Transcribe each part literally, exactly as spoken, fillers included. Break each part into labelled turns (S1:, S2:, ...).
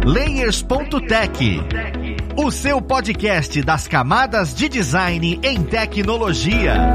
S1: Layers ponto tech, o seu podcast das camadas de design em tecnologia.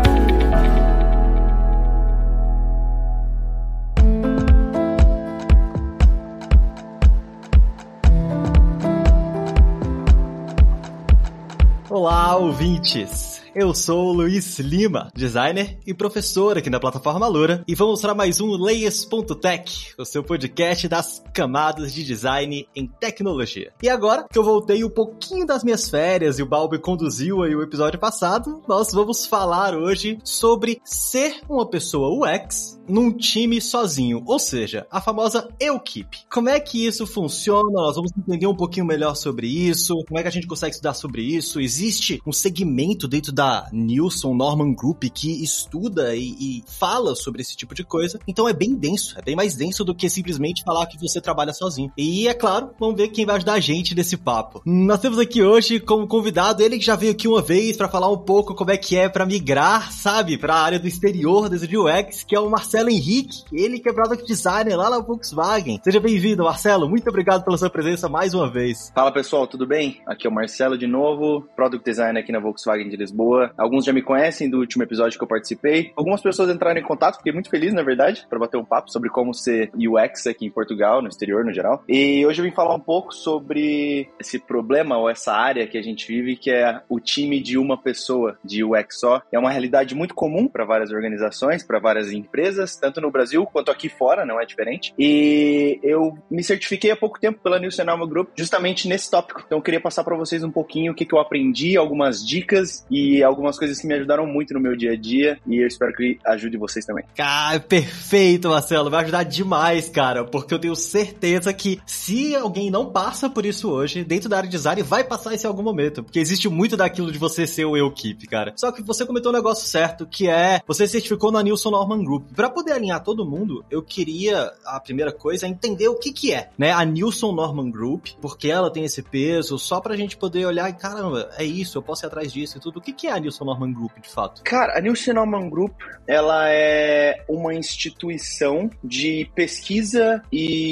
S2: Olá, ouvintes! Eu sou o Luiz Lima, designer e professor aqui na plataforma Alura, e vou mostrar mais um Layers ponto tech, o seu podcast das camadas de design em tecnologia. E agora que eu voltei um pouquinho das minhas férias e o Balbi conduziu aí o episódio passado, nós vamos falar hoje sobre ser uma pessoa U X num time sozinho, ou seja, a famosa equipe. Como é que isso funciona? Nós vamos entender um pouquinho melhor sobre isso, como é que a gente consegue estudar sobre isso. Existe um segmento dentro da da Nielsen Norman Group que estuda e, e fala sobre esse tipo de coisa, então é bem denso, é bem mais denso do que simplesmente falar que você trabalha sozinho. E é claro, vamos ver quem vai ajudar a gente nesse papo. Nós temos aqui hoje como convidado ele que já veio aqui uma vez para falar um pouco como é que é para migrar, sabe, para a área do exterior dentro de U X, que é o Marcelo Henrique, ele que é Product Designer lá na Volkswagen. Seja bem-vindo, Marcelo, muito obrigado pela sua presença mais uma vez.
S3: Fala pessoal, tudo bem? Aqui é o Marcelo de novo, Product Designer aqui na Volkswagen de Lisboa. Alguns já me conhecem do último episódio que eu participei. Algumas pessoas entraram em contato, fiquei muito feliz, na verdade, para bater um papo sobre como ser U X aqui em Portugal, no exterior, no geral. E hoje eu vim falar um pouco sobre esse problema ou essa área que a gente vive, que é o time de uma pessoa de U X só. É uma realidade muito comum para várias organizações, para várias empresas, tanto no Brasil quanto aqui fora, não é diferente. E eu me certifiquei há pouco tempo pela Nielsen Norman Group justamente nesse tópico. Então eu queria passar para vocês um pouquinho o que, que eu aprendi, algumas dicas e algumas coisas que me ajudaram muito no meu dia a dia, e eu espero que ajude vocês também.
S2: Cara, perfeito, Marcelo, vai ajudar demais, cara, porque eu tenho certeza que se alguém não passa por isso hoje, dentro da área de design, vai passar isso em algum momento, porque existe muito daquilo de você ser o equipe, cara. Só que você comentou um negócio certo, que é, você certificou na Nielsen Norman Group. Pra poder alinhar todo mundo, eu queria, a primeira coisa, entender o que que é, né, a Nielsen Norman Group, porque ela tem esse peso, só pra gente poder olhar e, caramba, é isso, eu posso ir atrás disso e tudo. O que que é a Nielsen Norman Group, de fato?
S3: Cara, a Nielsen Norman Group, ela é uma instituição de pesquisa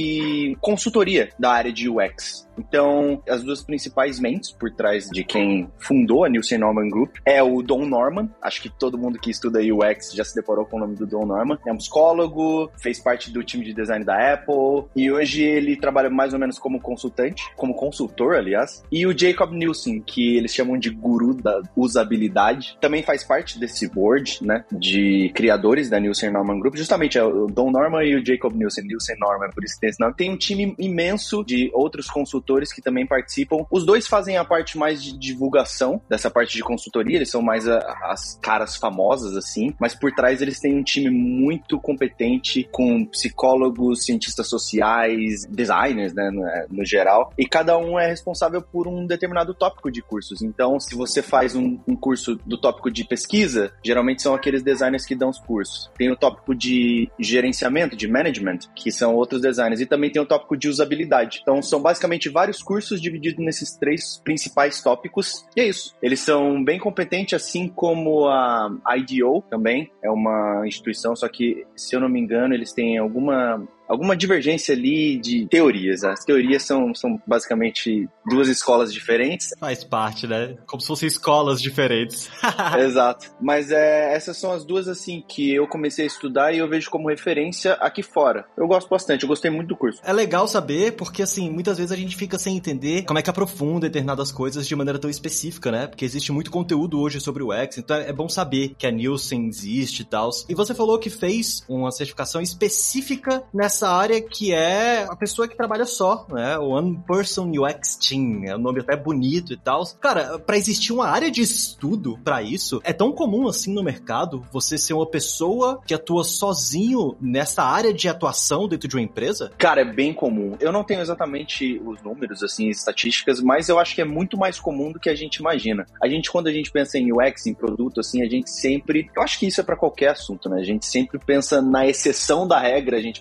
S3: e consultoria da área de U X. Então, as duas principais mentes por trás de quem fundou a Nielsen Norman Group é o Don Norman. Acho que todo mundo que estuda U X já se deparou com o nome do Don Norman. É um psicólogo, fez parte do time de design da Apple e hoje ele trabalha mais ou menos como consultante, como consultor, aliás. E o Jacob Nielsen, que eles chamam de guru da usabilidade, também faz parte desse board, né, de criadores da Nielsen Norman Group. Justamente é o Don Norman e o Jacob Nielsen, Nielsen Norman, por isso que tem esse nome. Tem um time imenso de outros consultores que também participam. Os dois fazem a parte mais de divulgação dessa parte de consultoria, eles são mais a, as caras famosas, assim, mas por trás eles têm um time muito competente com psicólogos, cientistas sociais, designers, né, no, no geral, e cada um é responsável por um determinado tópico de cursos. Então, se você faz um, um curso do tópico de pesquisa, geralmente são aqueles designers que dão os cursos. Tem o tópico de gerenciamento, de management, que são outros designers, e também tem o tópico de usabilidade. Então, são basicamente vários cursos divididos nesses três principais tópicos, e é isso. Eles são bem competentes, assim como a I D O também, é uma instituição, só que, se eu não me engano, eles têm alguma... alguma divergência ali de teorias. As teorias são, são basicamente duas escolas diferentes.
S2: Faz parte, né? Como se fossem escolas diferentes.
S3: Exato. Mas é, essas são as duas, assim, que eu comecei a estudar e eu vejo como referência aqui fora. Eu gosto bastante, eu gostei muito do curso.
S2: É legal saber, porque, assim, muitas vezes a gente fica sem entender como é que aprofunda determinadas coisas de maneira tão específica, né? Porque existe muito conteúdo hoje sobre o X, então é bom saber que a Nielsen existe e tal. E você falou que fez uma certificação específica nessa área, que é a pessoa que trabalha só, né? O One Person U X Team, é um nome até bonito e tal. Cara, pra existir uma área de estudo pra isso, é tão comum assim no mercado você ser uma pessoa que atua sozinho nessa área de atuação dentro de uma empresa?
S3: Cara, é bem comum. Eu não tenho exatamente os números, assim, estatísticas, mas eu acho que é muito mais comum do que a gente imagina. A gente, quando a gente pensa em U X, em produto, assim, a gente sempre... Eu acho que isso é pra qualquer assunto, né? A gente sempre pensa na exceção da regra, a gente vai pensar na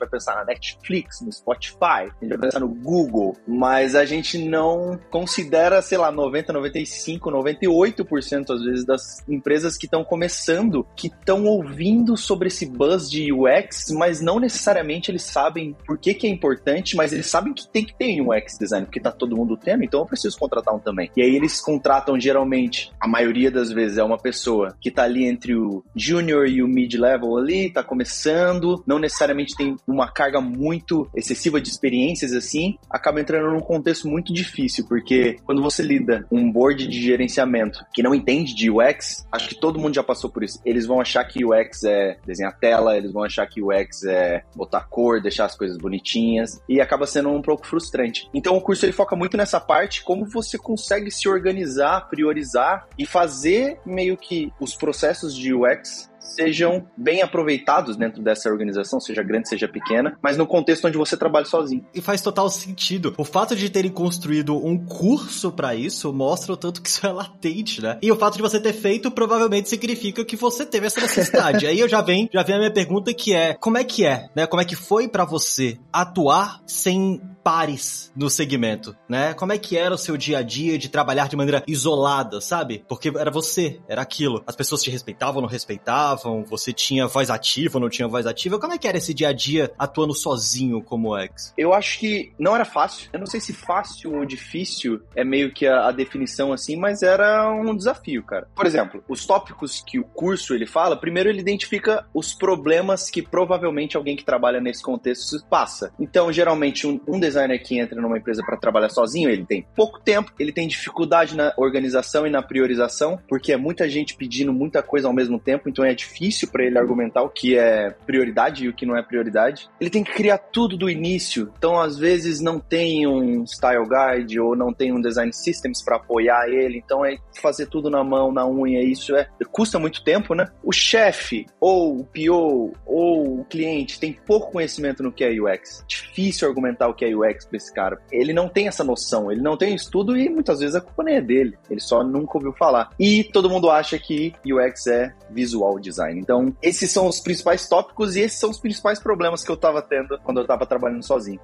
S3: Netflix, no Spotify, a gente vai pensar no Google, mas a gente não considera, sei lá, noventa, noventa e cinco, noventa e oito por cento às vezes das empresas que estão começando, que estão ouvindo sobre esse buzz de U X, mas não necessariamente eles sabem por que que é importante, mas eles sabem que tem que ter um U X design, porque tá todo mundo tendo, então eu preciso contratar um também. E aí eles contratam geralmente, a maioria das vezes é uma pessoa que tá ali entre o junior e o mid-level ali, tá começando, não necessariamente tem uma carga muito excessiva de experiências assim, acaba entrando num contexto muito difícil, porque quando você lida um board de gerenciamento que não entende de U X, acho que todo mundo já passou por isso. Eles vão achar que U X é desenhar tela, eles vão achar que U X é botar cor, deixar as coisas bonitinhas, e acaba sendo um pouco frustrante. Então o curso ele foca muito nessa parte, como você consegue se organizar, priorizar e fazer meio que os processos de U X sejam bem aproveitados dentro dessa organização, seja grande, seja pequena, mas no contexto onde você trabalha sozinho.
S2: E faz total sentido. O fato de terem construído um curso pra isso mostra o tanto que isso é latente, né? E o fato de você ter feito provavelmente significa que você teve essa necessidade. Aí eu já venho, já vem a minha pergunta, que é, como é que é, né? Como é que foi pra você atuar sem pares no segmento, né? Como é que era o seu dia a dia de trabalhar de maneira isolada, sabe? Porque era você, era aquilo. As pessoas te respeitavam, não respeitavam, você tinha voz ativa ou não tinha voz ativa. Como é que era esse dia a dia atuando sozinho como U X?
S3: Eu acho que não era fácil. Eu não sei se fácil ou difícil é meio que a, a definição assim, mas era um desafio, cara. Por exemplo, os tópicos que o curso ele fala, primeiro ele identifica os problemas que provavelmente alguém que trabalha nesse contexto passa. Então, geralmente, um, um designer que entra numa empresa para trabalhar sozinho, ele tem pouco tempo, ele tem dificuldade na organização e na priorização, porque é muita gente pedindo muita coisa ao mesmo tempo, então é difícil para ele argumentar o que é prioridade e o que não é prioridade. Ele tem que criar tudo do início, então às vezes não tem um style guide ou não tem um design systems para apoiar ele, então é fazer tudo na mão, na unha, isso é custa muito tempo, né? O chefe ou o P O ou o cliente tem pouco conhecimento no que é U X. Difícil argumentar o que é U X pra esse cara. Ele não tem essa noção, ele não tem estudo e muitas vezes a culpa nem é dele. Ele só nunca ouviu falar. E todo mundo acha que U X é visual design. Então, esses são os principais tópicos e esses são os principais problemas que eu tava tendo quando eu tava trabalhando sozinho.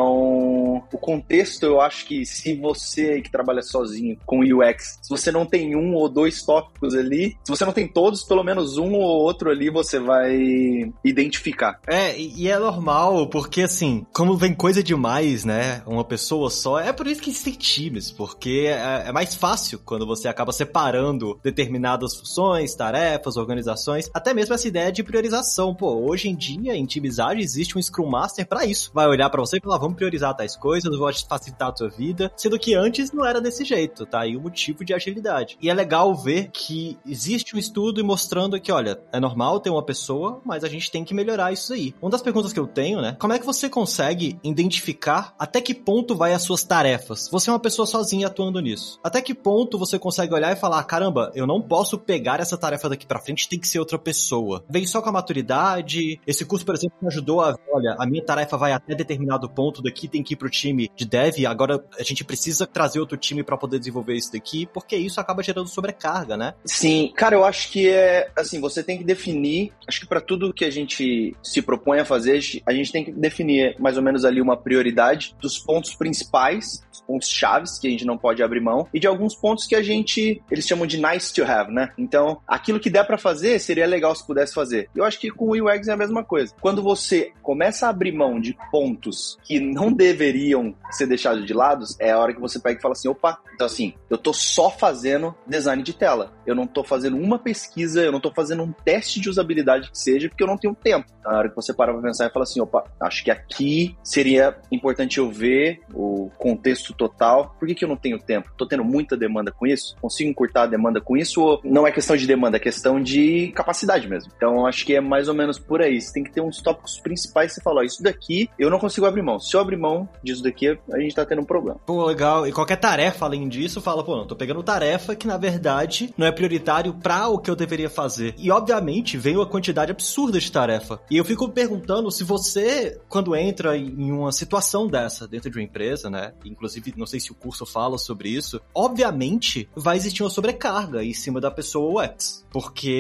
S3: Então, o contexto, eu acho que se você que trabalha sozinho com U X, se você não tem um ou dois tópicos ali, se você não tem todos, pelo menos um ou outro ali você vai identificar.
S2: É, e é normal, porque assim, como vem coisa demais, né, uma pessoa só, é por isso que existem times, porque é, é mais fácil quando você acaba separando determinadas funções, tarefas, organizações, até mesmo essa ideia de priorização. Pô, hoje em dia, em timizagem, existe um Scrum Master pra isso. Vai olhar pra você e falar, vamos priorizar tais coisas, vou facilitar a tua vida, sendo que antes não era desse jeito, tá? E o motivo de agilidade. E é legal ver que existe um estudo mostrando que, olha, é normal ter uma pessoa, mas a gente tem que melhorar isso aí. Uma das perguntas que eu tenho, né, como é que você consegue identificar até que ponto vai as suas tarefas? Você é uma pessoa sozinha atuando nisso. Até que ponto você consegue olhar e falar, caramba, eu não posso pegar essa tarefa daqui pra frente, tem que ser outra pessoa. Vem só com a maturidade. Esse curso, por exemplo, me ajudou a, olha, a minha tarefa vai até determinado ponto daqui, tem que ir pro time de dev, agora a gente precisa trazer outro time pra poder desenvolver isso daqui, porque isso acaba gerando sobrecarga, né?
S3: Sim, cara, eu acho que é, assim, você tem que definir, acho que pra tudo que a gente se propõe a fazer, a gente tem que definir mais ou menos ali uma prioridade dos pontos principais, os pontos chaves que a gente não pode abrir mão, e de alguns pontos que a gente, eles chamam de nice to have, né? Então, aquilo que der pra fazer, seria legal se pudesse fazer. Eu acho que com o U X é a mesma coisa. Quando você começa a abrir mão de pontos que não deveriam ser deixados de lado, é a hora que você pega e fala assim, opa, então assim, eu tô só fazendo design de tela. Eu não tô fazendo uma pesquisa, eu não tô fazendo um teste de usabilidade que seja, porque eu não tenho tempo. Então, na hora que você para pra pensar e fala assim, opa, acho que aqui seria importante eu ver o contexto total. Por que que eu não tenho tempo? Tô tendo muita demanda com isso? Consigo encurtar a demanda com isso? Ou não é questão de demanda, é questão de capacidade mesmo? Então, acho que é mais ou menos por aí. Você tem que ter uns tópicos principais que você fala, ó, isso daqui eu não consigo abrir mão. Se eu abrir mão disso daqui, a gente tá tendo um problema.
S2: Pô, legal. E qualquer tarefa além disso, fala, pô, não, tô pegando tarefa que na verdade não é prioritário pra o que eu deveria fazer. E obviamente vem uma quantidade absurda de tarefa. E eu fico perguntando se você, quando entra em uma situação dessa dentro de uma empresa, né, inclusive não sei se o curso fala sobre isso, obviamente vai existir uma sobrecarga em cima da pessoa U X. Porque, como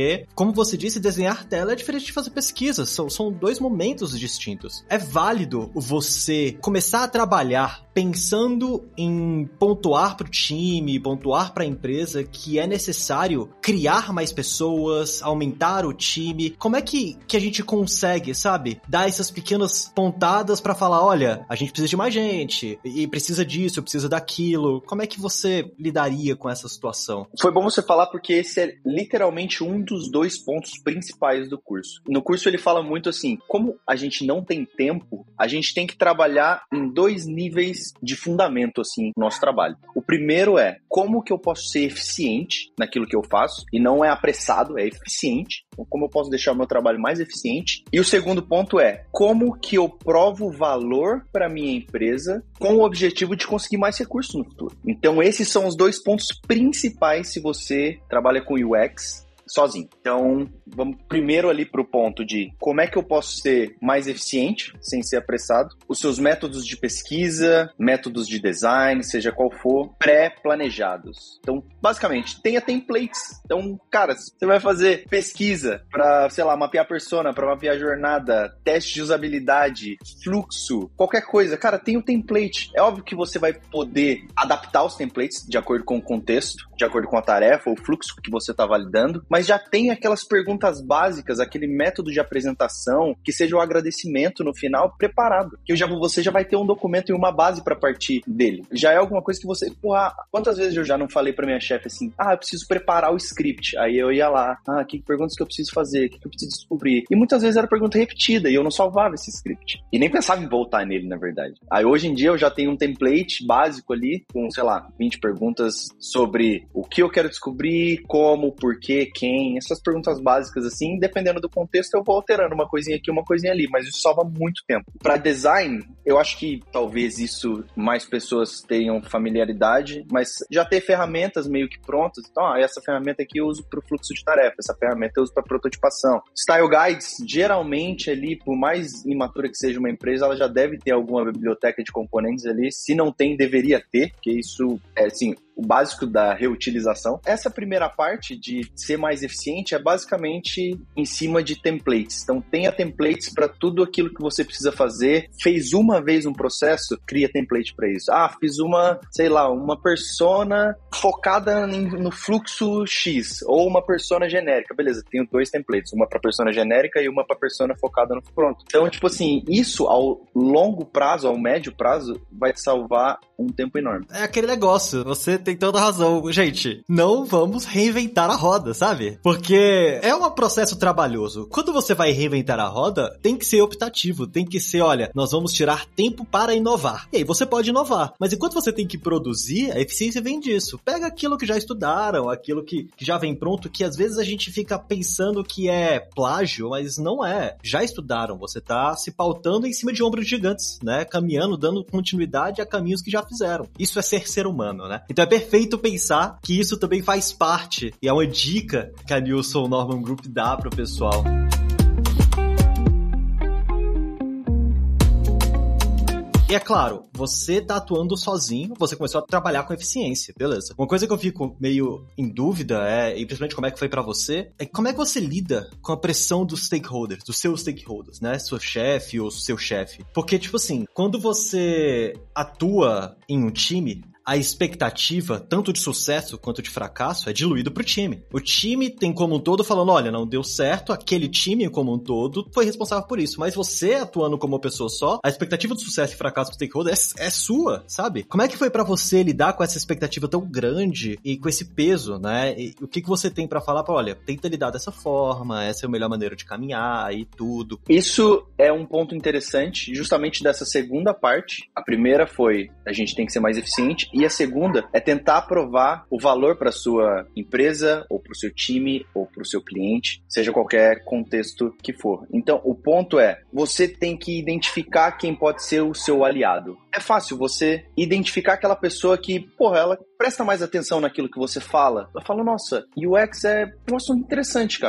S2: como você disse, desenhar tela é diferente de fazer pesquisa. São, são dois momentos distintos. É válido você começar a trabalhar pensando em pontuar para o time, pontuar para a empresa que é necessário criar mais pessoas, aumentar o time. Como é que, que a gente consegue, sabe, dar essas pequenas pontadas para falar, olha, a gente precisa de mais gente, e precisa disso, precisa daquilo. Como é que você lidaria com essa situação?
S3: Foi bom você falar porque esse é literalmente um dos dois pontos principais do curso. No curso ele fala muito assim, como a gente não tem tempo, a gente tem que trabalhar em dois níveis de fundamento, assim, no nosso trabalho. O primeiro é, como que eu posso ser eficiente naquilo que eu faço, e não é apressado, é eficiente. Então, como eu posso deixar o meu trabalho mais eficiente? E o segundo ponto é, como que eu provo valor para minha empresa com o objetivo de conseguir mais recursos no futuro? Então, esses são os dois pontos principais se você trabalha com U X sozinho. Então, vamos primeiro ali para o ponto de como é que eu posso ser mais eficiente sem ser apressado. Os seus métodos de pesquisa, métodos de design, seja qual for, pré-planejados. Então, basicamente, tenha templates. Então, cara, você vai fazer pesquisa para, sei lá, mapear persona, para mapear jornada, teste de usabilidade, fluxo, qualquer coisa. Cara, tem o template. É óbvio que você vai poder adaptar os templates de acordo com o contexto, de acordo com a tarefa ou fluxo que você está validando, mas já tem aquelas perguntas básicas, aquele método de apresentação, que seja o agradecimento no final preparado. Que já, você já vai ter um documento e uma base para partir dele. Já é alguma coisa que você... Porra, quantas vezes eu já não falei para minha chefe assim, ah, eu preciso preparar o script. Aí eu ia lá, ah, que perguntas que eu preciso fazer, o que eu preciso descobrir. E muitas vezes era pergunta repetida e eu não salvava esse script. E nem pensava em voltar nele, na verdade. Aí hoje em dia eu já tenho um template básico ali, com, sei lá, vinte perguntas sobre o que eu quero descobrir, como, porquê, quem, essas perguntas básicas assim, dependendo do contexto eu vou alterando uma coisinha aqui, uma coisinha ali, mas isso salva muito tempo. Para design, eu acho que talvez isso mais pessoas tenham familiaridade, mas já ter ferramentas meio que prontas, então, ah, essa ferramenta aqui eu uso para o fluxo de tarefa, essa ferramenta eu uso para prototipação. Style Guides, geralmente ali, por mais imatura que seja uma empresa, ela já deve ter alguma biblioteca de componentes ali, se não tem, deveria ter, porque isso é assim, o básico da reutilização. Essa primeira parte de ser mais eficiente é basicamente em cima de templates. Então, tenha templates para tudo aquilo que você precisa fazer. Fez uma vez um processo, cria template para isso. Ah, fiz uma, sei lá, uma persona focada no fluxo X, ou uma persona genérica. Beleza, tenho dois templates, uma para persona genérica e uma para persona focada no pronto. Então, tipo assim, isso ao longo prazo, ao médio prazo, vai te salvar um tempo enorme.
S2: É aquele negócio, você tem toda razão. Gente, não vamos reinventar a roda, sabe? Porque é um processo trabalhoso. Quando você vai reinventar a roda, tem que ser optativo, tem que ser, olha, nós vamos tirar tempo para inovar. E aí você pode inovar, mas enquanto você tem que produzir, a eficiência vem disso. Pega aquilo que já estudaram, aquilo que já vem pronto, que às vezes a gente fica pensando que é plágio, mas não é. Já estudaram, você tá se pautando em cima de ombros gigantes, né? Caminhando, dando continuidade a caminhos que já fizeram. Isso é ser ser humano, né? Então é perfeito pensar que isso também faz parte, e é uma dica que a Nilson Norman Group dá pro pessoal. E é claro, você tá atuando sozinho, você começou a trabalhar com eficiência, beleza. Uma coisa que eu fico meio em dúvida é, e principalmente como é que foi pra você, é como é que você lida com a pressão dos stakeholders, dos seus stakeholders, né? Seu chefe ou seu chefe. Porque, tipo assim, quando você atua em um time, a expectativa, tanto de sucesso quanto de fracasso, é diluído pro time. O time tem como um todo falando, olha, não deu certo, aquele time como um todo foi responsável por isso. Mas você, atuando como uma pessoa só, a expectativa de sucesso e fracasso do stakeholder é, é sua, sabe? Como é que foi pra você lidar com essa expectativa tão grande e com esse peso, né? E o que, que você tem pra falar pra, olha, tenta lidar dessa forma, essa é a melhor maneira de caminhar e tudo.
S3: Isso é um ponto interessante, justamente dessa segunda parte. A primeira foi, a gente tem que ser mais eficiente. E a segunda é tentar provar o valor para sua empresa, ou para o seu time, ou para o seu cliente, seja qualquer contexto que for. Então, o ponto é, você tem que identificar quem pode ser o seu aliado. É fácil você identificar aquela pessoa que, porra, ela presta mais atenção naquilo que você fala. Ela fala, nossa, U X é um assunto interessante, cara.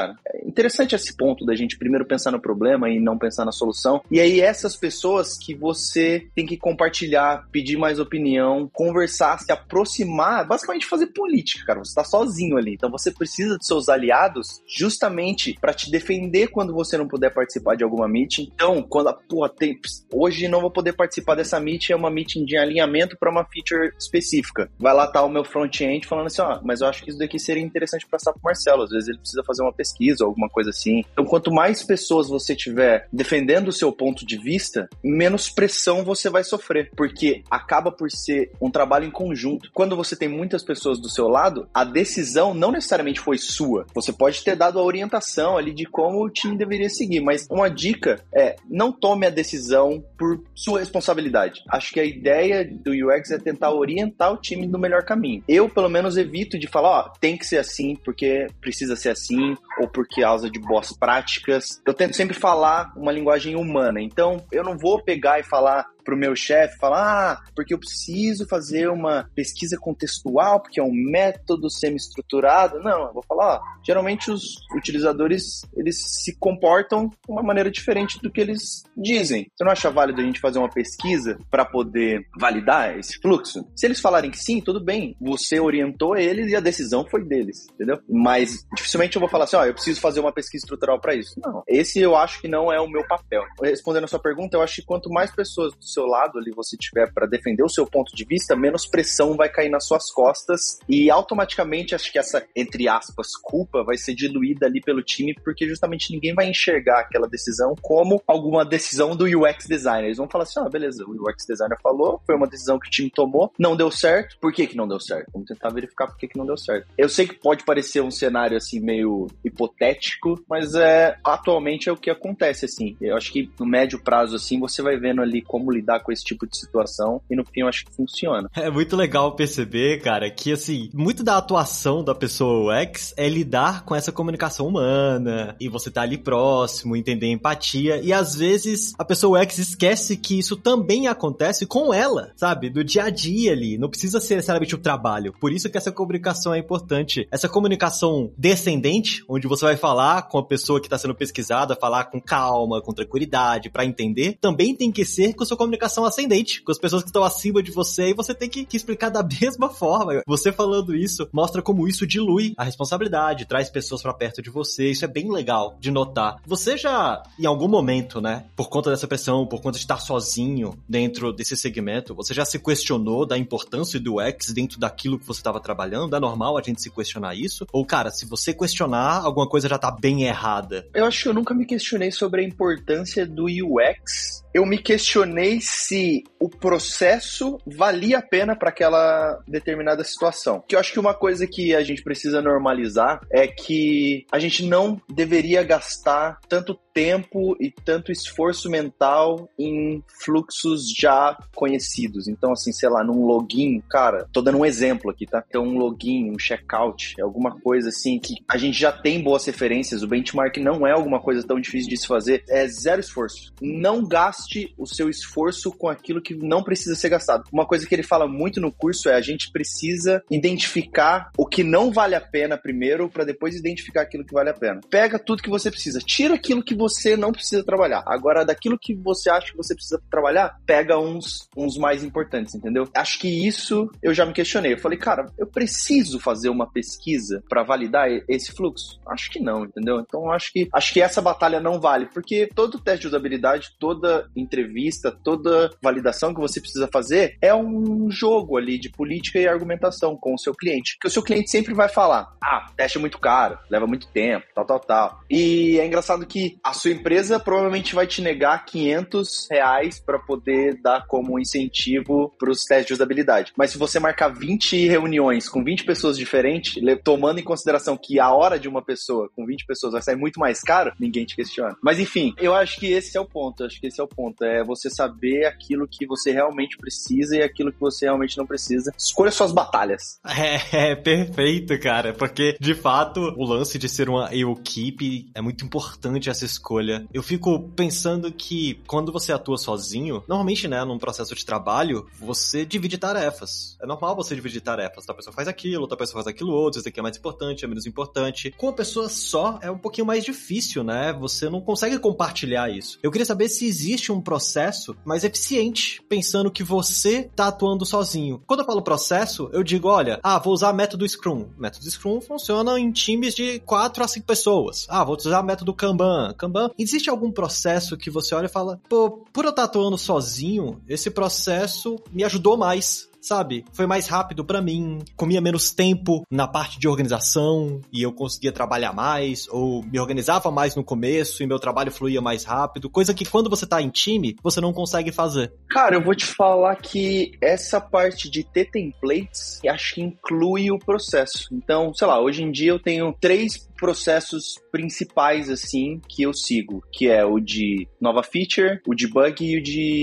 S3: interessante esse ponto da gente primeiro pensar no problema e não pensar na solução. E aí essas pessoas que você tem que compartilhar, pedir mais opinião, conversar, se aproximar, basicamente fazer política, cara. Você tá sozinho ali. Então você precisa dos seus aliados justamente para te defender quando você não puder participar de alguma meeting. Então, quando a porra tem... Hoje não vou poder participar dessa meeting, é uma meeting de alinhamento para uma feature específica. Vai lá tá o meu front-end falando assim, ó, mas eu acho que isso daqui seria interessante passar pro Marcelo. Às vezes ele precisa fazer uma pesquisa ou alguma coisa assim. Então, quanto mais pessoas você tiver defendendo o seu ponto de vista, menos pressão você vai sofrer, porque acaba por ser um trabalho em conjunto. Quando você tem muitas pessoas do seu lado, a decisão não necessariamente foi sua. Você pode ter dado a orientação ali de como o time deveria seguir, mas uma dica é, não tome a decisão por sua responsabilidade. Acho que a ideia do U X é tentar orientar o time no melhor caminho. Eu, pelo menos, evito de falar, ó, tem que ser assim, porque precisa ser assim, ou por causa de boas práticas. Eu tento sempre falar uma linguagem humana, então eu não vou pegar e falar pro meu chefe, falar, ah, porque eu preciso fazer uma pesquisa contextual, porque é um método semi-estruturado. Não, eu vou falar, ó, geralmente os utilizadores, eles se comportam de uma maneira diferente do que eles dizem. Você não acha válido a gente fazer uma pesquisa para poder validar esse fluxo? Se eles falarem que sim, tudo bem, você orientou eles e a decisão foi deles, entendeu? Mas dificilmente eu vou falar assim, ó, eu preciso fazer uma pesquisa estrutural para isso. Não, esse eu acho que não é o meu papel. Respondendo a sua pergunta, eu acho que quanto mais pessoas do seu lado ali você tiver para defender o seu ponto de vista, menos pressão vai cair nas suas costas e automaticamente acho que essa, entre aspas, culpa vai ser diluída ali pelo time, porque justamente ninguém vai enxergar aquela decisão como alguma decisão do U X designer. Eles vão falar assim, ah, beleza, o U X designer falou, foi uma decisão que o time tomou, não deu certo, por que que não deu certo? Vamos tentar verificar por que que não deu certo. Eu sei que pode parecer um cenário assim meio hipotético, mas é, atualmente é o que acontece assim. Eu acho que no médio prazo assim, você vai vendo ali como lidar com esse tipo de situação e no fim eu acho que funciona.
S2: É muito legal perceber, cara, que assim, muito da atuação da pessoa U X é lidar com essa comunicação humana e você tá ali próximo, entender empatia e às vezes a pessoa U X esquece que isso também acontece com ela, sabe? Do dia a dia ali, não precisa ser necessariamente o trabalho. Por isso que essa comunicação é importante. Essa comunicação descendente, onde você vai falar com a pessoa que tá sendo pesquisada, falar com calma, com tranquilidade, pra entender, também tem que ser com a sua comunicação ascendente, com as pessoas que estão acima de você, e você tem que, que explicar da mesma forma. Você falando isso, mostra como isso dilui a responsabilidade, traz pessoas pra perto de você, isso é bem legal de notar. Você já, em algum momento, né, por conta dessa pressão, por conta de estar sozinho dentro desse segmento, você já se questionou da importância do U X dentro daquilo que você estava trabalhando? É normal a gente se questionar isso? Ou, cara, se você questionar, alguma coisa já tá bem errada?
S3: Eu acho que eu nunca me questionei sobre a importância do U X. Eu me questionei se o processo valia a pena para aquela determinada situação. Que eu acho que uma coisa que a gente precisa normalizar é que a gente não deveria gastar tanto tempo e tanto esforço mental em fluxos já conhecidos. Então, assim, sei lá, num login, cara, tô dando um exemplo aqui, tá? Então, um login, um checkout, é alguma coisa assim que a gente já tem boas referências, o benchmark não é alguma coisa tão difícil de se fazer, é zero esforço. Não gaste o seu esforço com aquilo que não precisa ser gastado. Uma coisa que ele fala muito no curso é a gente precisa identificar o que não vale a pena primeiro, para depois identificar aquilo que vale a pena. Pega tudo que você precisa, tira aquilo que você não precisa trabalhar. Agora, daquilo que você acha que você precisa trabalhar, pega uns, uns mais importantes, entendeu? Acho que isso eu já me questionei. Eu falei, cara, eu preciso fazer uma pesquisa para validar esse fluxo? Acho que não, entendeu? Então, acho que, acho que essa batalha não vale, porque todo teste de usabilidade, toda entrevista, toda validação que você precisa fazer é um jogo ali de política e argumentação com o seu cliente. Porque o seu cliente sempre vai falar, ah, teste é muito caro, leva muito tempo, tal, tal, tal. E é engraçado que a sua empresa provavelmente vai te negar quinhentos reais para poder dar como incentivo para os testes de usabilidade. Mas se você marcar vinte reuniões com vinte pessoas diferentes, tomando em consideração que a hora de uma pessoa com vinte pessoas vai sair muito mais caro, ninguém te questiona. Mas enfim, eu acho que esse é o ponto, eu acho que esse é o ponto, é você saber aquilo que você realmente precisa e aquilo que você realmente não precisa. Escolha suas batalhas.
S2: É, é perfeito, cara, porque de fato o lance de ser uma equipe é muito importante essa escolha escolha. Eu fico pensando que quando você atua sozinho, normalmente, né, num processo de trabalho, você divide tarefas. É normal você dividir tarefas. Outra pessoa faz aquilo, outra pessoa faz aquilo outro, isso aqui é mais importante, é menos importante. Com uma pessoa só, é um pouquinho mais difícil, né? Você não consegue compartilhar isso. Eu queria saber se existe um processo mais eficiente, pensando que você tá atuando sozinho. Quando eu falo processo, eu digo, olha, ah, vou usar método Scrum. Método Scrum funciona em times de quatro a cinco pessoas. Ah, vou usar método Kanban. Kanban. Existe algum processo que você olha e fala, pô, por eu estar atuando sozinho, esse processo me ajudou mais, sabe? Foi mais rápido pra mim, comia menos tempo na parte de organização e eu conseguia trabalhar mais, ou me organizava mais no começo e meu trabalho fluía mais rápido, coisa que quando você tá em time, você não consegue fazer.
S3: Cara, eu vou te falar que essa parte de ter templates, acho que inclui o processo. Então, sei lá, hoje em dia eu tenho três processos principais, assim, que eu sigo, que é o de nova feature, o de bug e o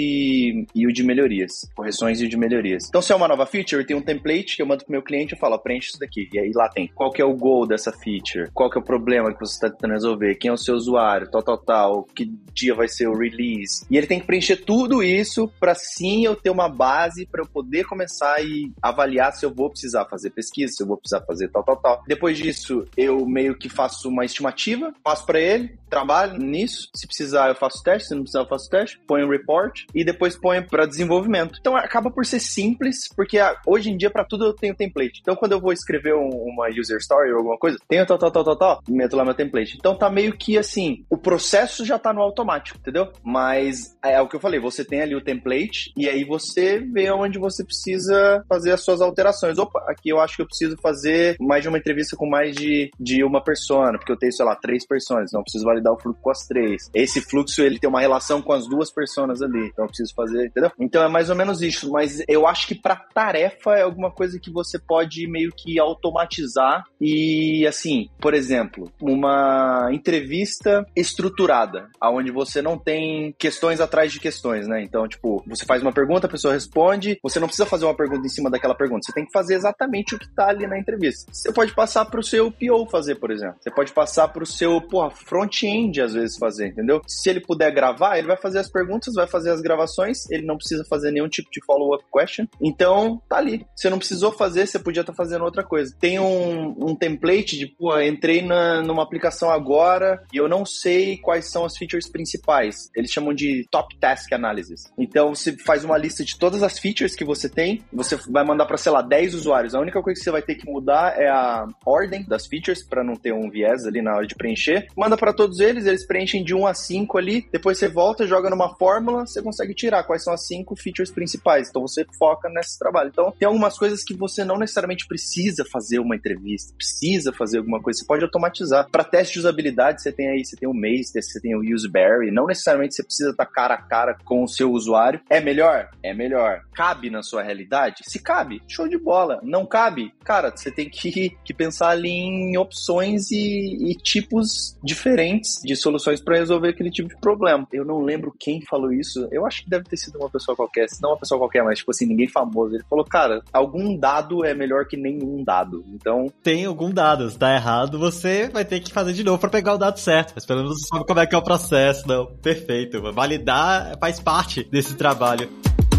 S3: de, e o de melhorias, correções e o de melhorias. Então, se é uma nova feature, eu tenho um template que eu mando pro meu cliente e falo, preenche isso daqui, e aí lá tem qual que é o goal dessa feature, qual que é o problema que você está tentando resolver, quem é o seu usuário, tal, tal, tal, que dia vai ser o release, e ele tem que preencher tudo isso para sim eu ter uma base para eu poder começar e avaliar se eu vou precisar fazer pesquisa, se eu vou precisar fazer tal, tal, tal. Depois disso, eu meio que faço uma estimativa, passo para ele, trabalho nisso, se precisar eu faço teste, se não precisar eu faço teste, ponho um report e depois ponho para desenvolvimento. Então acaba por ser simples, porque hoje em dia para tudo eu tenho template. Então quando eu vou escrever um, uma user story ou alguma coisa, tenho tal, tal, tal, tal, tal, meto lá meu template. Então tá meio que assim, o processo já tá no automático, entendeu? Mas é o que eu falei, você tem ali o template e aí você vê onde você precisa fazer as suas alterações. Opa, aqui eu acho que eu preciso fazer mais de uma entrevista com mais de, de uma persona, porque eu tenho, sei lá, três personas, então eu preciso validar o fluxo com as três. Esse fluxo, ele tem uma relação com as duas personas ali, então eu preciso fazer, entendeu? Então é mais ou menos isso, mas eu acho que pra tarefa é alguma coisa que você pode meio que automatizar e, assim, por exemplo, uma entrevista estruturada, onde você não tem questões atrás de questões, né? Então, tipo, você faz uma pergunta, a pessoa responde, você não precisa fazer uma pergunta em cima daquela pergunta, você tem que fazer exatamente o que tá ali na entrevista. Você pode passar pro seu P O fazer, por exemplo. Você pode passar pro seu, porra, front-end às vezes fazer, entendeu? Se ele puder gravar, ele vai fazer as perguntas, vai fazer as gravações, ele não precisa fazer nenhum tipo de follow-up question. Então, tá ali. Você não precisou fazer, você podia estar tá fazendo outra coisa. Tem um, um template de, pô, entrei na, numa aplicação agora e eu não sei quais são as features principais. Eles chamam de Top Task Analysis. Então, você faz uma lista de todas as features que você tem, você vai mandar para, sei lá, dez usuários. A única coisa que você vai ter que mudar é a ordem das features, para não ter um viés ali na hora de preencher. Manda para todos eles, eles preenchem de um a cinco ali, depois você volta, joga numa fórmula, você consegue tirar quais são as cinco features principais. Então, você foca nesse trabalho. Então, tem algumas coisas que você não necessariamente precisa fazer uma entrevista, precisa fazer alguma coisa, você pode automatizar. Para teste de usabilidade, você tem aí, você tem o Maze, você tem o Useberry, não necessariamente você precisa estar cara a cara com o seu usuário. É melhor? É melhor. Cabe na sua realidade? Se cabe, show de bola. Não cabe? Cara, você tem que, que pensar ali em opções e, e tipos diferentes de soluções para resolver aquele tipo de problema. Eu não lembro quem falou isso, eu acho que deve ter sido uma pessoa qualquer, se não uma pessoa qualquer, mas tipo assim, ninguém famoso. Ele falou, cara, algum dado é melhor que nenhum dado. Então...
S2: Tem algum dado, se tá errado, você vai ter que fazer de novo para pegar o dado certo. Mas pelo menos você sabe como é que é o processo. Não, perfeito. Validar faz parte desse trabalho.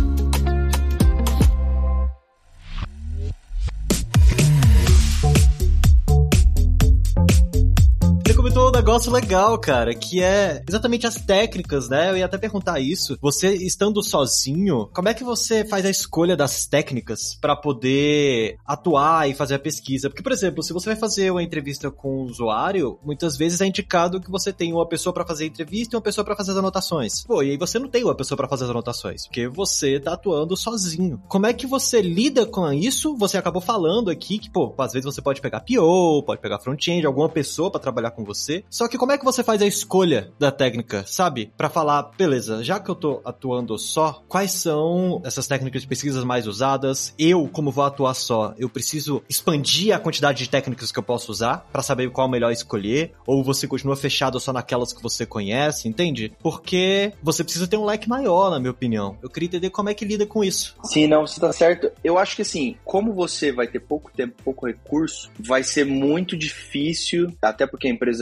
S2: Um negócio legal, cara, que é exatamente as técnicas, né? Eu ia até perguntar isso. Você estando sozinho, como é que você faz a escolha das técnicas pra poder atuar e fazer a pesquisa? Porque, por exemplo, se você vai fazer uma entrevista com um usuário, muitas vezes é indicado que você tem uma pessoa pra fazer a entrevista e uma pessoa pra fazer as anotações. Pô, e aí você não tem uma pessoa pra fazer as anotações, porque você tá atuando sozinho. Como é que você lida com isso? Você acabou falando aqui que, pô, às vezes você pode pegar P O, pode pegar front-end, alguma pessoa pra trabalhar com você. Só que como é que você faz a escolha da técnica, sabe? Pra falar, beleza, já que eu tô atuando só, quais são essas técnicas de pesquisas mais usadas? Eu, como vou atuar só, eu preciso expandir a quantidade de técnicas que eu posso usar pra saber qual melhor escolher? Ou você continua fechado só naquelas que você conhece, entende? Porque você precisa ter um leque maior, na minha opinião. Eu queria entender como é que lida com isso.
S3: Sim, não, você tá certo. Eu acho que assim, como você vai ter pouco tempo, pouco recurso, vai ser muito difícil, até porque a empresa não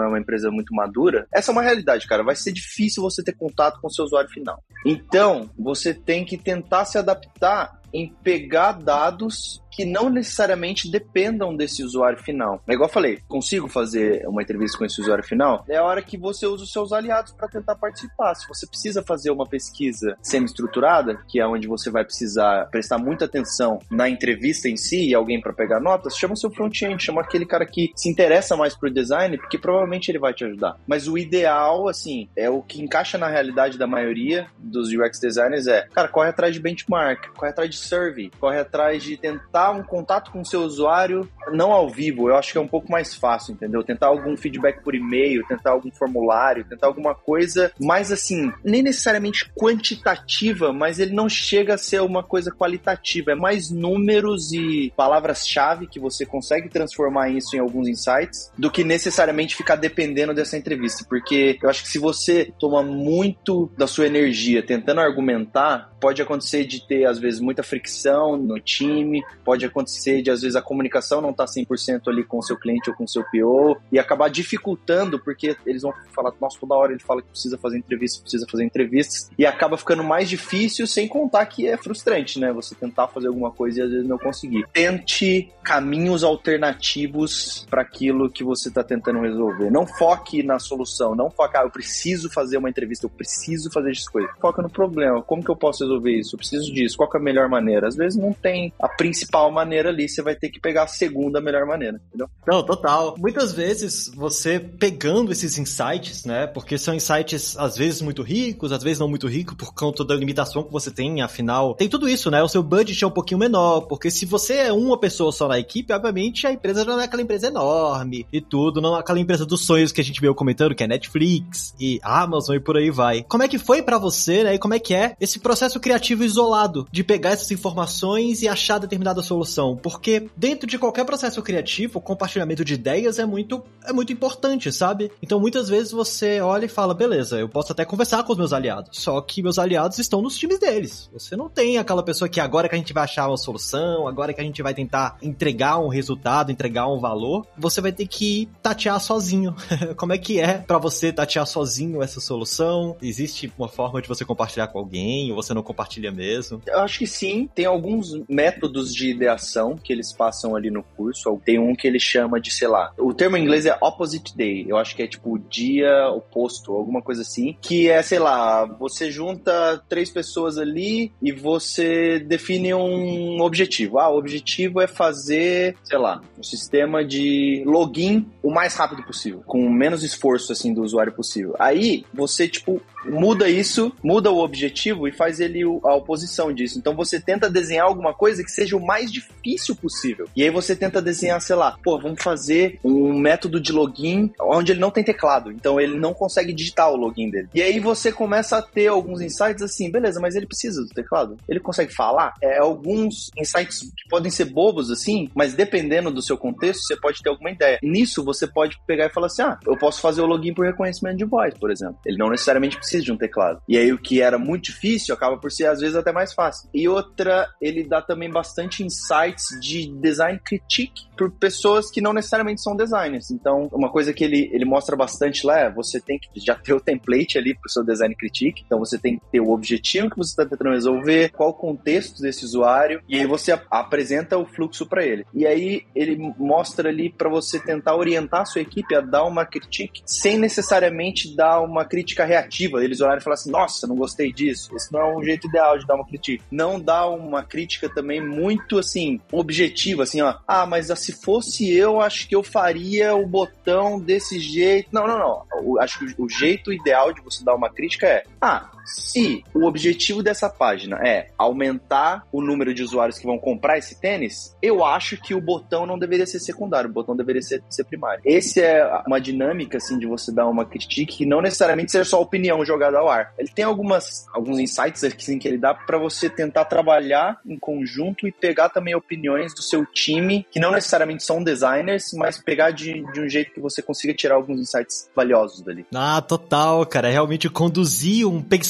S3: é uma empresa muito madura, essa é uma realidade, cara. Vai ser difícil você ter contato com o seu usuário final. Então, você tem que tentar se adaptar em pegar dados que não necessariamente dependam desse usuário final. É igual eu falei, consigo fazer uma entrevista com esse usuário final? É a hora que você usa os seus aliados para tentar participar. Se você precisa fazer uma pesquisa semi-estruturada, que é onde você vai precisar prestar muita atenção na entrevista em si e alguém para pegar notas, chama o seu front-end, chama aquele cara que se interessa mais pro design, porque provavelmente ele vai te ajudar. Mas o ideal, assim, é o que encaixa na realidade da maioria dos U X designers é, cara, corre atrás de benchmark, corre atrás de survey, corre atrás de tentar um contato com o seu usuário, não ao vivo, eu acho que é um pouco mais fácil, entendeu? Tentar algum feedback por e-mail, tentar algum formulário, tentar alguma coisa mais assim, nem necessariamente quantitativa, mas ele não chega a ser uma coisa qualitativa, é mais números e palavras-chave que você consegue transformar isso em alguns insights, do que necessariamente ficar dependendo dessa entrevista, porque eu acho que se você toma muito da sua energia tentando argumentar, pode acontecer de ter, às vezes, muita fricção no time, pode acontecer de, às vezes, a comunicação não estar cem por cento ali com o seu cliente ou com o seu P O e acabar dificultando, porque eles vão falar, nossa, toda hora ele fala que precisa fazer entrevistas, precisa fazer entrevistas, e acaba ficando mais difícil, sem contar que é frustrante, né? Você tentar fazer alguma coisa e, às vezes, não conseguir. Tente caminhos alternativos para aquilo que você está tentando resolver. Não foque na solução, não foque, ah, eu preciso fazer uma entrevista, eu preciso fazer essas coisas. Foca no problema, como que eu posso resolver resolver isso, eu preciso disso, qual que é a melhor maneira? Às vezes não tem a principal maneira ali, você vai ter que pegar a segunda melhor maneira, entendeu?
S2: Não, total. Muitas vezes você pegando esses insights, né, porque são insights às vezes muito ricos, às vezes não muito ricos por conta da limitação que você tem, afinal, tem tudo isso, né, o seu budget é um pouquinho menor, porque se você é uma pessoa só na equipe, obviamente a empresa não é aquela empresa enorme e tudo, não é aquela empresa dos sonhos que a gente veio comentando, que é Netflix e Amazon e por aí vai. Como é que foi pra você, né, e como é que é esse processo criativo isolado de pegar essas informações e achar determinada solução? Porque dentro de qualquer processo criativo, o compartilhamento de ideias é muito, é muito importante, sabe? Então muitas vezes você olha e fala, beleza, eu posso até conversar com os meus aliados, só que meus aliados estão nos times deles. Você não tem aquela pessoa que agora que a gente vai achar uma solução, agora que a gente vai tentar entregar um resultado, entregar um valor, você vai ter que tatear sozinho. Como é que é pra você tatear sozinho essa solução? Existe uma forma de você compartilhar com alguém, ou você não compartilha mesmo?
S3: Eu acho que sim, tem alguns métodos de ideação que eles passam ali no curso, tem um que ele chama de, sei lá, o termo em inglês é opposite day, eu acho que é tipo dia oposto, alguma coisa assim, que é, sei lá, você junta três pessoas ali e você define um objetivo. Ah, o objetivo é fazer, sei lá, um sistema de login o mais rápido possível, com o menos esforço, assim, do usuário possível. Aí, você, tipo, muda isso, muda o objetivo e faz ele a oposição disso. Então você tenta desenhar alguma coisa que seja o mais difícil possível. E aí você tenta desenhar, sei lá, pô, vamos fazer um método de login onde ele não tem teclado. Então ele não consegue digitar o login dele. E aí você começa a ter alguns insights assim, beleza, mas ele precisa do teclado? Ele consegue falar? É, alguns insights que podem ser bobos assim, mas dependendo do seu contexto, você pode ter alguma ideia. Nisso você pode pegar e falar assim, ah, eu posso fazer o login por reconhecimento de voz, por exemplo. Ele não necessariamente precisa de um teclado. E aí o que era muito difícil acaba por ser às vezes até mais fácil. E outra, ele dá também bastante insights de design critique por pessoas que não necessariamente são designers. Então, uma coisa que ele, ele mostra bastante lá é, você tem que já ter o template ali pro seu design critique, então você tem que ter o objetivo que você está tentando resolver, qual o contexto desse usuário, e aí você ap- apresenta o fluxo para ele. E aí ele mostra ali para você tentar orientar a sua equipe a dar uma critique sem necessariamente dar uma crítica reativa. Eles olharem e falar assim, nossa, não gostei disso. Esse não é um jeito ideal de dar uma crítica. Não dá uma crítica também muito, assim, objetiva, assim, ó, ah, mas se fosse eu, acho que eu faria o botão desse jeito. Não, não, não. Eu acho que o jeito ideal de você dar uma crítica é, ah, se o objetivo dessa página é aumentar o número de usuários que vão comprar esse tênis, eu acho que o botão não deveria ser secundário, o botão deveria ser, ser primário. Esse é uma dinâmica, assim, de você dar uma crítica que não necessariamente seja só opinião jogada ao ar. Ele tem algumas, alguns insights assim, que ele dá para você tentar trabalhar em conjunto e pegar também opiniões do seu time, que não necessariamente são designers, mas pegar de, de um jeito que você consiga tirar alguns insights valiosos dali.
S2: Ah, total, cara. É realmente conduzir um pensamento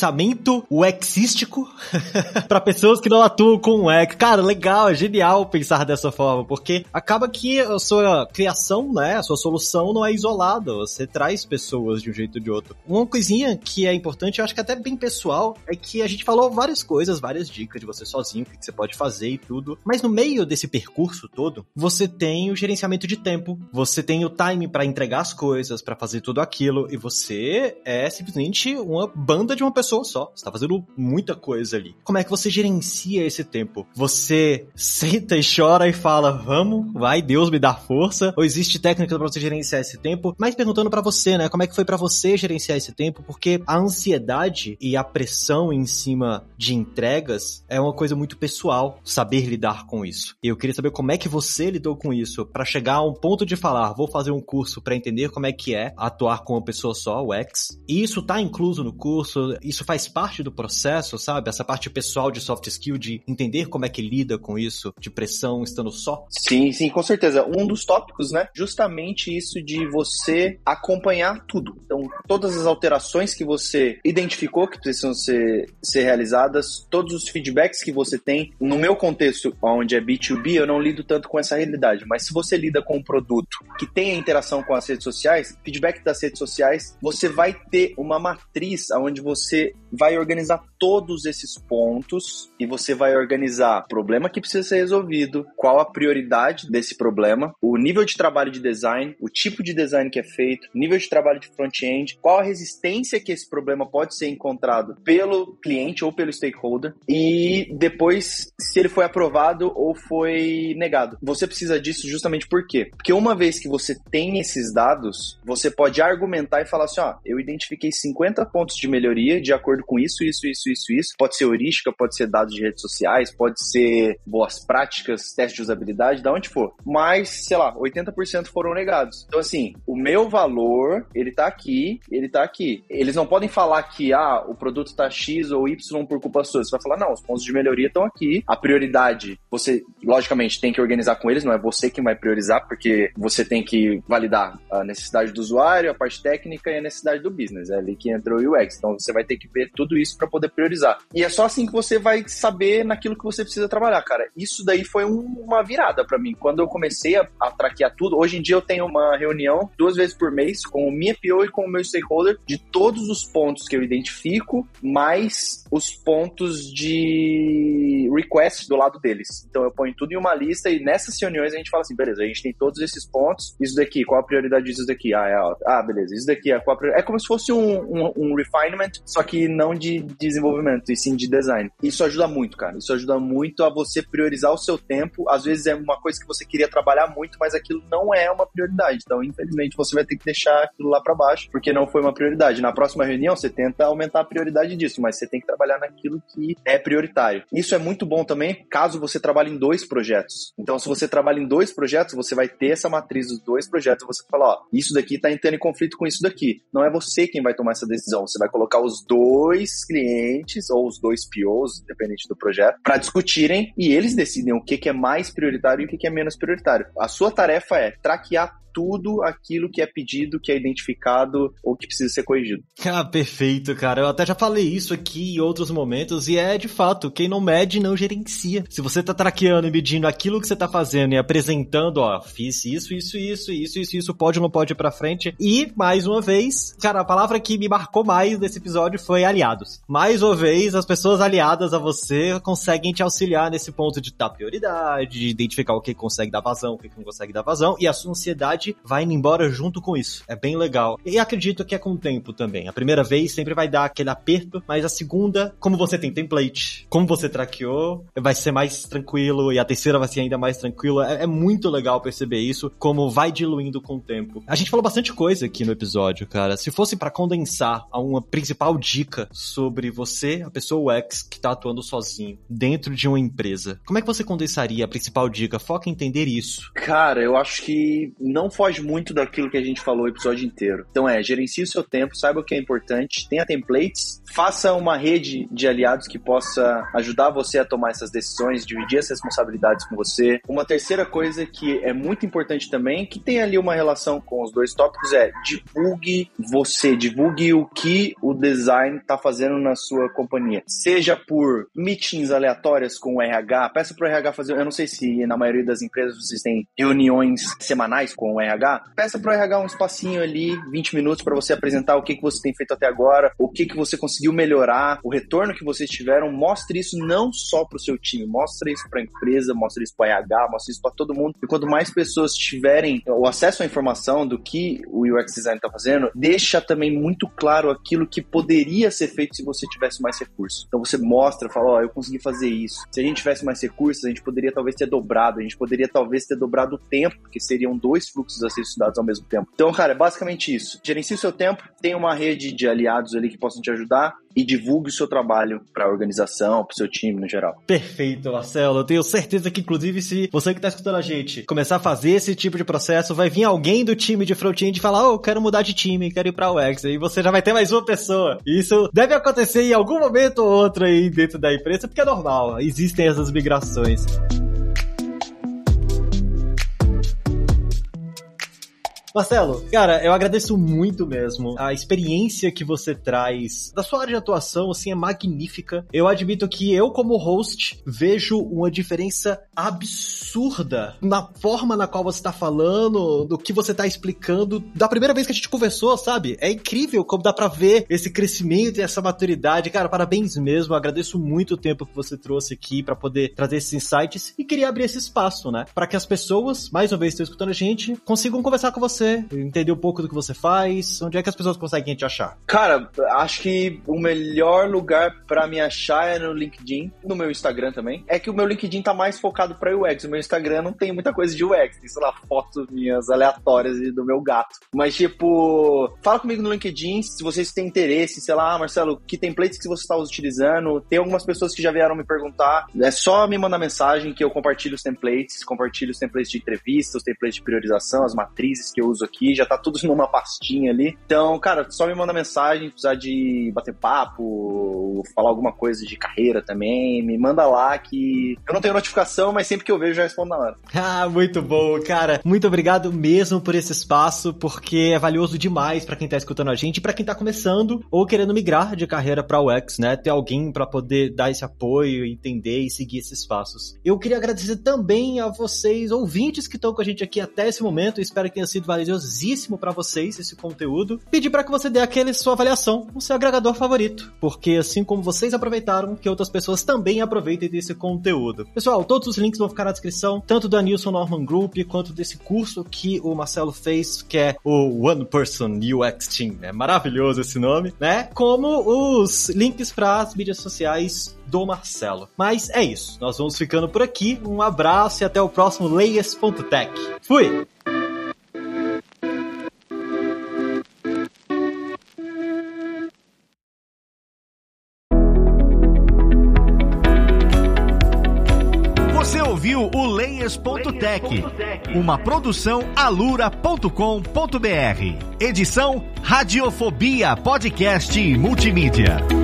S2: pensamento UXístico para pessoas que não atuam com U X. Cara, legal, é genial pensar dessa forma, porque acaba que a sua criação, né, a sua solução não é isolada, você traz pessoas de um jeito ou de outro. Uma coisinha que é importante, eu acho que até bem pessoal, é que a gente falou várias coisas, várias dicas de você sozinho, o que você pode fazer e tudo, mas no meio desse percurso todo, você tem o gerenciamento de tempo, você tem o time para entregar as coisas, para fazer tudo aquilo, e você é simplesmente uma banda de uma pessoa só. Você tá fazendo muita coisa ali. Como é que você gerencia esse tempo? Você senta e chora e fala, vamos, vai, Deus me dá força? Ou existe técnica pra você gerenciar esse tempo? Mas perguntando pra você, né, como é que foi pra você gerenciar esse tempo? Porque a ansiedade e a pressão em cima de entregas é uma coisa muito pessoal, saber lidar com isso. E eu queria saber como é que você lidou com isso pra chegar a um ponto de falar, vou fazer um curso pra entender como é que é atuar com uma pessoa só, o X. E isso tá incluso no curso, isso faz parte do processo, sabe? Essa parte pessoal de soft skill, de entender como é que lida com isso, de pressão estando só.
S3: Sim, sim, com certeza. Um dos tópicos, né? Justamente isso de você acompanhar tudo. Então, todas as alterações que você identificou que precisam ser, ser realizadas, todos os feedbacks que você tem. No meu contexto, onde é B dois B, eu não lido tanto com essa realidade, mas se você lida com um produto que tem a interação com as redes sociais, feedback das redes sociais, você vai ter uma matriz onde você vai organizar todos esses pontos e você vai organizar o problema que precisa ser resolvido, qual a prioridade desse problema, o nível de trabalho de design, o tipo de design que é feito, o nível de trabalho de front-end, qual a resistência que esse problema pode ser encontrado pelo cliente ou pelo stakeholder e depois se ele foi aprovado ou foi negado. Você precisa disso justamente por quê? Porque uma vez que você tem esses dados, você pode argumentar e falar assim, ó, eu identifiquei cinquenta pontos de melhoria de acordo com isso, isso, isso, isso, isso. Pode ser heurística, pode ser dados de redes sociais, pode ser boas práticas, teste de usabilidade, da onde for. Mas, sei lá, oitenta por cento foram negados. Então, assim, o meu valor, ele tá aqui, ele tá aqui. Eles não podem falar que, ah, o produto tá X ou Y por culpa sua. Você vai falar, não, os pontos de melhoria estão aqui. A prioridade, você, logicamente, tem que organizar com eles, não é você que vai priorizar, porque você tem que validar a necessidade do usuário, a parte técnica e a necessidade do business. É ali que entra o U X. Então, você vai ter que ver tudo isso para poder priorizar. E é só assim que você vai saber naquilo que você precisa trabalhar, cara. Isso daí foi um, uma virada para mim. Quando eu comecei a, a traquear tudo, hoje em dia eu tenho uma reunião duas vezes por mês com o minha P O e com o meu stakeholder de todos os pontos que eu identifico, mais os pontos de request do lado deles. Então eu ponho tudo em uma lista e nessas reuniões a gente fala assim, beleza, a gente tem todos esses pontos, isso daqui, qual a prioridade disso daqui? Ah, é alta. Ah, beleza, isso daqui é qual a prioridade? É como se fosse um, um, um refinement, só que não de desenvolvimento, e sim de design. Isso ajuda muito, cara. Isso ajuda muito a você priorizar o seu tempo. Às vezes é uma coisa que você queria trabalhar muito, mas aquilo não é uma prioridade. Então, infelizmente, você vai ter que deixar aquilo lá pra baixo, porque não foi uma prioridade. Na próxima reunião, você tenta aumentar a prioridade disso, mas você tem que trabalhar naquilo que é prioritário. Isso é muito bom também, caso você trabalhe em dois projetos. Então, se você trabalha em dois projetos, você vai ter essa matriz dos dois projetos, você fala, ó, isso daqui tá entrando em conflito com isso daqui. Não é você quem vai tomar essa decisão, você vai colocar os dois clientes ou os dois P Os, dependente do projeto, para discutirem e eles decidem o que, que é mais prioritário e o que, que é menos prioritário. A sua tarefa é traquear tudo aquilo que é pedido, que é identificado ou que precisa ser corrigido.
S2: Ah, perfeito, cara. Eu até já falei isso aqui em outros momentos e é de fato, quem não mede não gerencia. Se você tá traqueando e medindo aquilo que você tá fazendo e apresentando, ó, fiz isso, isso, isso, isso, isso, isso, pode ou não pode ir pra frente. E, mais uma vez, cara, a palavra que me marcou mais nesse episódio foi aliados. Mais uma vez, as pessoas aliadas a você conseguem te auxiliar nesse ponto de dar prioridade, de identificar o que consegue dar vazão, o que não consegue dar vazão, e a sua ansiedade vai indo embora junto com isso. É bem legal. E acredito que é com o tempo também. A primeira vez sempre vai dar aquele aperto, mas a segunda, como você tem template, como você traqueou, vai ser mais tranquilo, e a terceira vai ser ainda mais tranquilo. É, é muito legal perceber isso, como vai diluindo com o tempo. A gente falou bastante coisa aqui no episódio, cara. Se fosse pra condensar a uma principal dica sobre você, a pessoa U X que tá atuando sozinho, dentro de uma empresa, como é que você condensaria a principal dica? Foca em entender isso.
S3: Cara, eu acho que não foge muito daquilo que a gente falou o episódio inteiro. Então é, gerencie o seu tempo, saiba o que é importante, tenha templates, faça uma rede de aliados que possa ajudar você a tomar essas decisões, dividir as responsabilidades com você. Uma terceira coisa que é muito importante também, que tem ali uma relação com os dois tópicos, é divulgue você, divulgue o que o design está fazendo na sua companhia. Seja por meetings aleatórias com o R H, peça para o R H fazer, eu não sei se na maioria das empresas vocês têm reuniões semanais com o R H, peça para o R H um espacinho ali, vinte minutos para você apresentar o que, que você tem feito até agora, o que, que você conseguiu melhorar, o retorno que vocês tiveram, mostre isso não só para o seu time, mostre isso para a empresa, mostre isso para o R H, mostre isso para todo mundo, e quanto mais pessoas tiverem o acesso à informação do que o U X Design está fazendo, deixa também muito claro aquilo que poderia ser feito se você tivesse mais recursos. Então você mostra, fala, ó, oh, eu consegui fazer isso. Se a gente tivesse mais recursos, a gente poderia talvez ter dobrado, a gente poderia talvez ter dobrado o tempo, porque seriam dois fluxos a ser estudados ao mesmo tempo. Então, cara, é basicamente isso. Gerencie o seu tempo, tenha uma rede de aliados ali que possam te ajudar e divulgue o seu trabalho para a organização, para o seu time no geral.
S2: Perfeito, Marcelo. Eu tenho certeza que, inclusive, se você que está escutando a gente começar a fazer esse tipo de processo, vai vir alguém do time de front-end e falar, oh, eu quero mudar de time, quero ir para o U X. E você já vai ter mais uma pessoa. E isso deve acontecer em algum momento ou outro aí dentro da empresa, porque é normal. Existem essas migrações. Marcelo, cara, eu agradeço muito mesmo. A experiência que você traz da sua área de atuação, assim, é magnífica. Eu admito que eu, como host, vejo uma diferença absurda na forma na qual você tá falando, do que você tá explicando, da primeira vez que a gente conversou, sabe? É incrível como dá pra ver esse crescimento e essa maturidade. Cara, parabéns mesmo. Eu agradeço muito o tempo que você trouxe aqui pra poder trazer esses insights e queria abrir esse espaço, né? Pra que as pessoas, mais uma vez, que estão escutando a gente, consigam conversar com você, entender um pouco do que você faz, onde é que as pessoas conseguem te achar?
S3: Cara, acho que o melhor lugar pra me achar é no LinkedIn, no meu Instagram também. É que o meu LinkedIn tá mais focado pra U X, o meu Instagram não tem muita coisa de U X, tem, sei lá, fotos minhas aleatórias do meu gato. Mas, tipo, fala comigo no LinkedIn se vocês têm interesse, sei lá, ah, Marcelo, que templates que você está utilizando? Tem algumas pessoas que já vieram me perguntar, é só me mandar mensagem que eu compartilho os templates, compartilho os templates de entrevista, os templates de priorização, as matrizes que eu uso aqui, já tá tudo numa pastinha ali. Então, cara, só me manda mensagem, precisar de bater papo, falar alguma coisa de carreira também, me manda lá que eu não tenho notificação, mas sempre que eu vejo já respondo na hora.
S2: Ah, muito bom, cara. Muito obrigado mesmo por esse espaço, porque é valioso demais pra quem tá escutando a gente e pra quem tá começando ou querendo migrar de carreira pra U X, né? Ter alguém pra poder dar esse apoio, entender e seguir esses passos. Eu queria agradecer também a vocês, ouvintes que estão com a gente aqui até esse momento. Eu espero que tenha sido valiosíssimo pra vocês esse conteúdo. Pedir pra que você dê aquele sua avaliação no seu agregador favorito, porque assim como vocês aproveitaram, que outras pessoas também aproveitem desse conteúdo. Pessoal, todos os links vão ficar na descrição, tanto da Nilson Norman Group, quanto desse curso que o Marcelo fez, que é o One Person U X Team. É maravilhoso esse nome, né? Como os links para as mídias sociais do Marcelo. Mas é isso, nós vamos ficando por aqui. Um abraço e até o próximo Layers ponto tech. Fui!
S1: Você ouviu o Layers ponto tech, uma produção alura ponto com ponto br. Edição Radiofobia Podcast e Multimídia.